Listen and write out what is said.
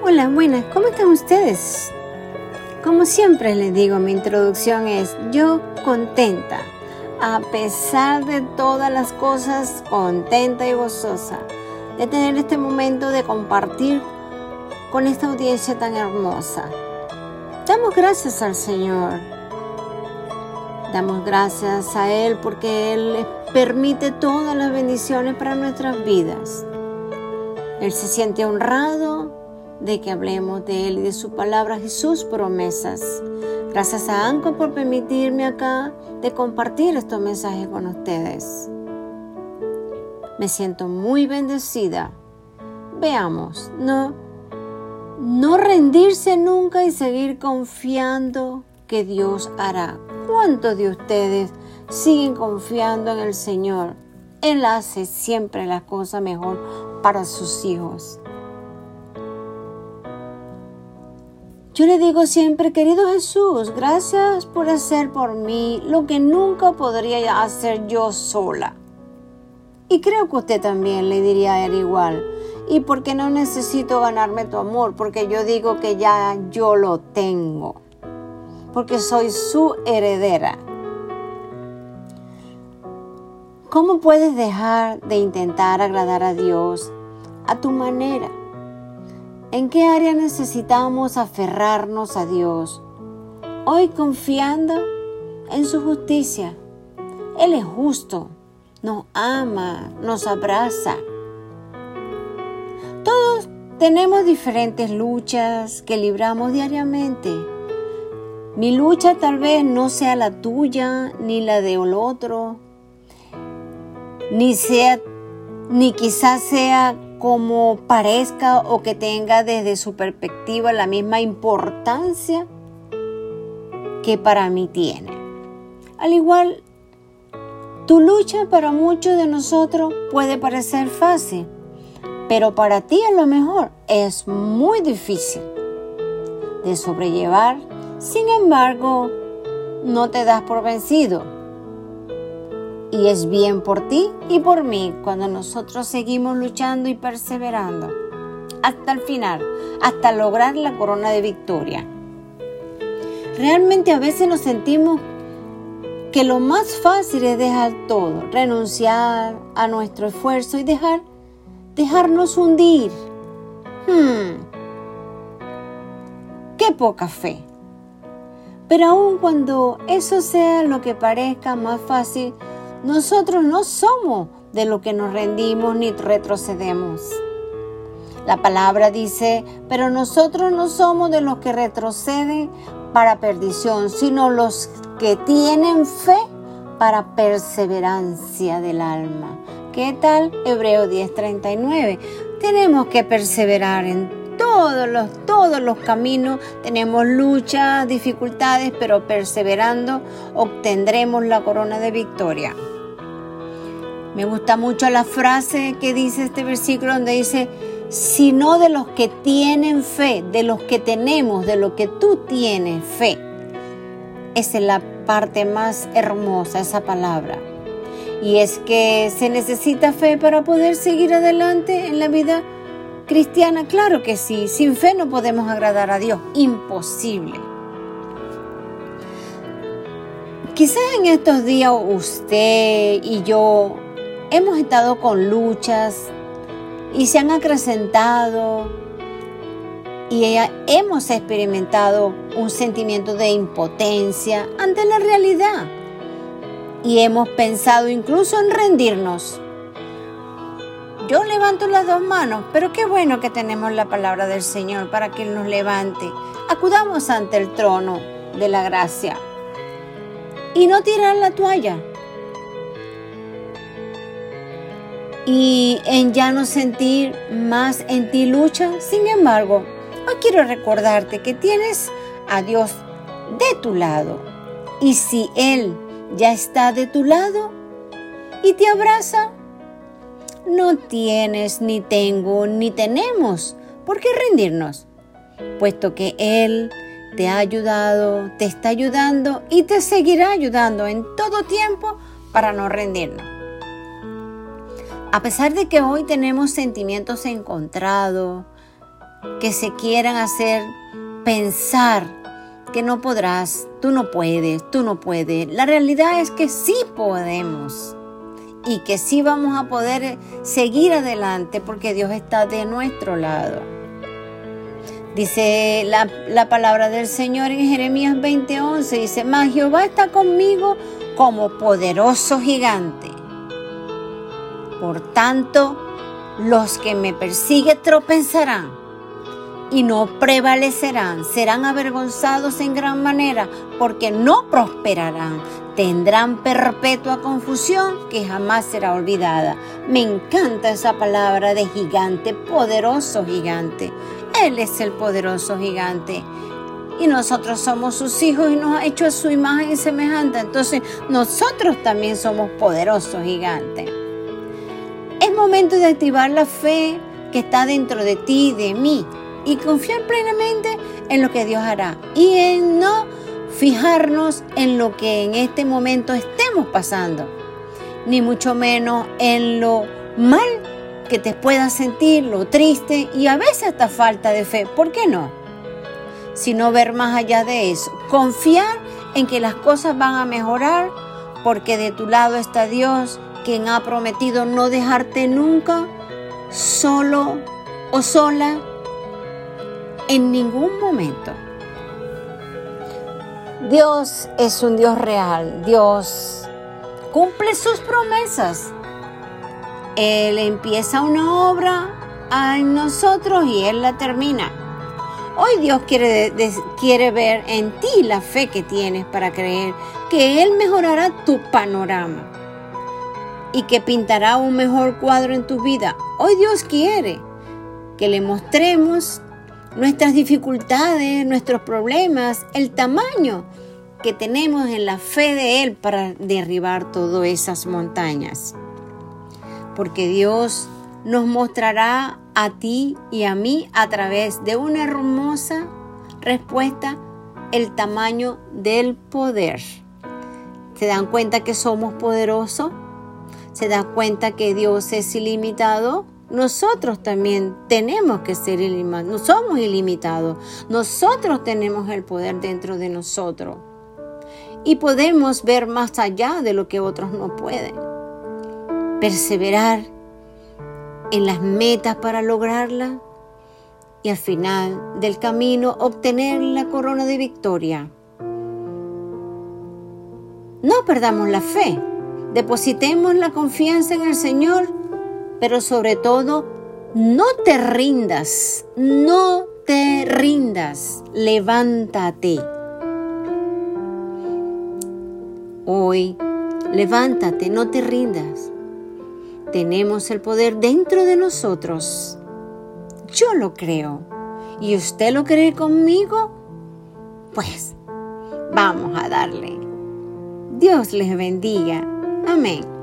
Hola, buenas, ¿cómo están ustedes? Como siempre les digo, mi introducción es yo contenta, a pesar de todas las cosas, contenta y gozosa de tener este momento de compartir con esta audiencia tan hermosa. Damos gracias al Señor, damos gracias a Él porque Él permite todas las bendiciones para nuestras vidas. Él se siente honrado de que hablemos de Él y de su palabra y sus promesas. Gracias a Anchor por permitirme acá de compartir estos mensajes con ustedes. Me siento muy bendecida. Veamos, no rendirse nunca y seguir confiando que Dios hará. ¿Cuántos de ustedes siguen confiando en el Señor? Él hace siempre las cosas mejor para sus hijos. Yo le digo siempre, querido Jesús, gracias por hacer por mí lo que nunca podría hacer yo sola. Y creo que usted también le diría a Él igual. Y porque no necesito ganarme tu amor, porque yo digo que ya yo lo tengo. Porque soy su heredera. ¿Cómo puedes dejar de intentar agradar a Dios a tu manera? ¿En qué área necesitamos aferrarnos a Dios? Hoy confiando en su justicia. Él es justo, nos ama, nos abraza. Todos tenemos diferentes luchas que libramos diariamente. Mi lucha tal vez no sea la tuya ni la del otro, ni quizás sea como parezca o que tenga desde su perspectiva la misma importancia que para mí tiene. Al igual, tu lucha para muchos de nosotros puede parecer fácil, pero para ti a lo mejor es muy difícil de sobrellevar. Sin embargo, no te das por vencido. Y es bien por ti y por mí cuando nosotros seguimos luchando y perseverando hasta el final, hasta lograr la corona de victoria. Realmente a veces nos sentimos que lo más fácil es dejar todo, renunciar a nuestro esfuerzo y dejarnos hundir. ¡Qué poca fe! Pero aun cuando eso sea lo que parezca más fácil, nosotros no somos de los que nos rendimos ni retrocedemos. La palabra dice, pero nosotros no somos de los que retroceden para perdición, sino los que tienen fe para perseverancia del alma. ¿Qué tal? Hebreos 10:39. Tenemos que perseverar en todos los caminos. Tenemos luchas, dificultades, pero perseverando obtendremos la corona de victoria. Me gusta mucho la frase que dice este versículo donde dice, sino de los que tienen fe, de los que tenemos, de lo que tú tienes fe. Esa es la parte más hermosa, esa palabra. Y es que se necesita fe para poder seguir adelante en la vida cristiana. Claro que sí, sin fe no podemos agradar a Dios, imposible. Quizás en estos días usted y yo hemos estado con luchas y se han acrecentado y hemos experimentado un sentimiento de impotencia ante la realidad y hemos pensado incluso en rendirnos. Yo levanto las dos manos, pero qué bueno que tenemos la palabra del Señor para que Él nos levante. Acudamos ante el trono de la gracia y no tirar la toalla. Y en ya no sentir más en ti lucha. Sin embargo, hoy quiero recordarte que tienes a Dios de tu lado. Y si Él ya está de tu lado y te abraza, no tienes, ni tengo, ni tenemos por qué rendirnos, puesto que Él te ha ayudado, te está ayudando y te seguirá ayudando en todo tiempo para no rendirnos. A pesar de que hoy tenemos sentimientos encontrados, que se quieran hacer pensar que no podrás, tú no puedes. La realidad es que sí podemos y que sí vamos a poder seguir adelante porque Dios está de nuestro lado. Dice la palabra del Señor en Jeremías 20:11, dice: mas Jehová está conmigo como poderoso gigante. Por tanto, los que me persiguen tropezarán y no prevalecerán, serán avergonzados en gran manera, porque no prosperarán, tendrán perpetua confusión que jamás será olvidada. Me encanta esa palabra de gigante, poderoso gigante. Él es el poderoso gigante. Y nosotros somos sus hijos y nos ha hecho a su imagen y semejanza. Entonces nosotros también somos poderosos gigantes. Es momento de activar la fe que está dentro de ti y de mí y confiar plenamente en lo que Dios hará y en no fijarnos en lo que en este momento estemos pasando, ni mucho menos en lo mal que te puedas sentir, lo triste y a veces hasta falta de fe. ¿Por qué no? Sino ver más allá de eso, confiar en que las cosas van a mejorar porque de tu lado está Dios, quien ha prometido no dejarte nunca solo o sola en ningún momento. Dios es un Dios real. Dios cumple sus promesas. Él empieza una obra en nosotros y Él la termina. Hoy Dios quiere ver en ti la fe que tienes para creer que Él mejorará tu panorama y que pintará un mejor cuadro en tu vida. Hoy Dios quiere que le mostremos nuestras dificultades, nuestros problemas, el tamaño que tenemos en la fe de Él para derribar todas esas montañas. Porque Dios nos mostrará a ti y a mí a través de una hermosa respuesta el tamaño del poder. ¿Se dan cuenta que somos poderosos? ¿Se dan cuenta que Dios es ilimitado? Nosotros también tenemos que ser ilimitados. No somos ilimitados. Nosotros tenemos el poder dentro de nosotros. Y podemos ver más allá de lo que otros no pueden. Perseverar en las metas para lograrlas y al final del camino obtener la corona de victoria. No perdamos la fe. Depositemos la confianza en el Señor, pero sobre todo, no te rindas, levántate. Hoy, levántate, no te rindas. Tenemos el poder dentro de nosotros. Yo lo creo. ¿Y usted lo cree conmigo? Pues, vamos a darle. Dios les bendiga. Amén.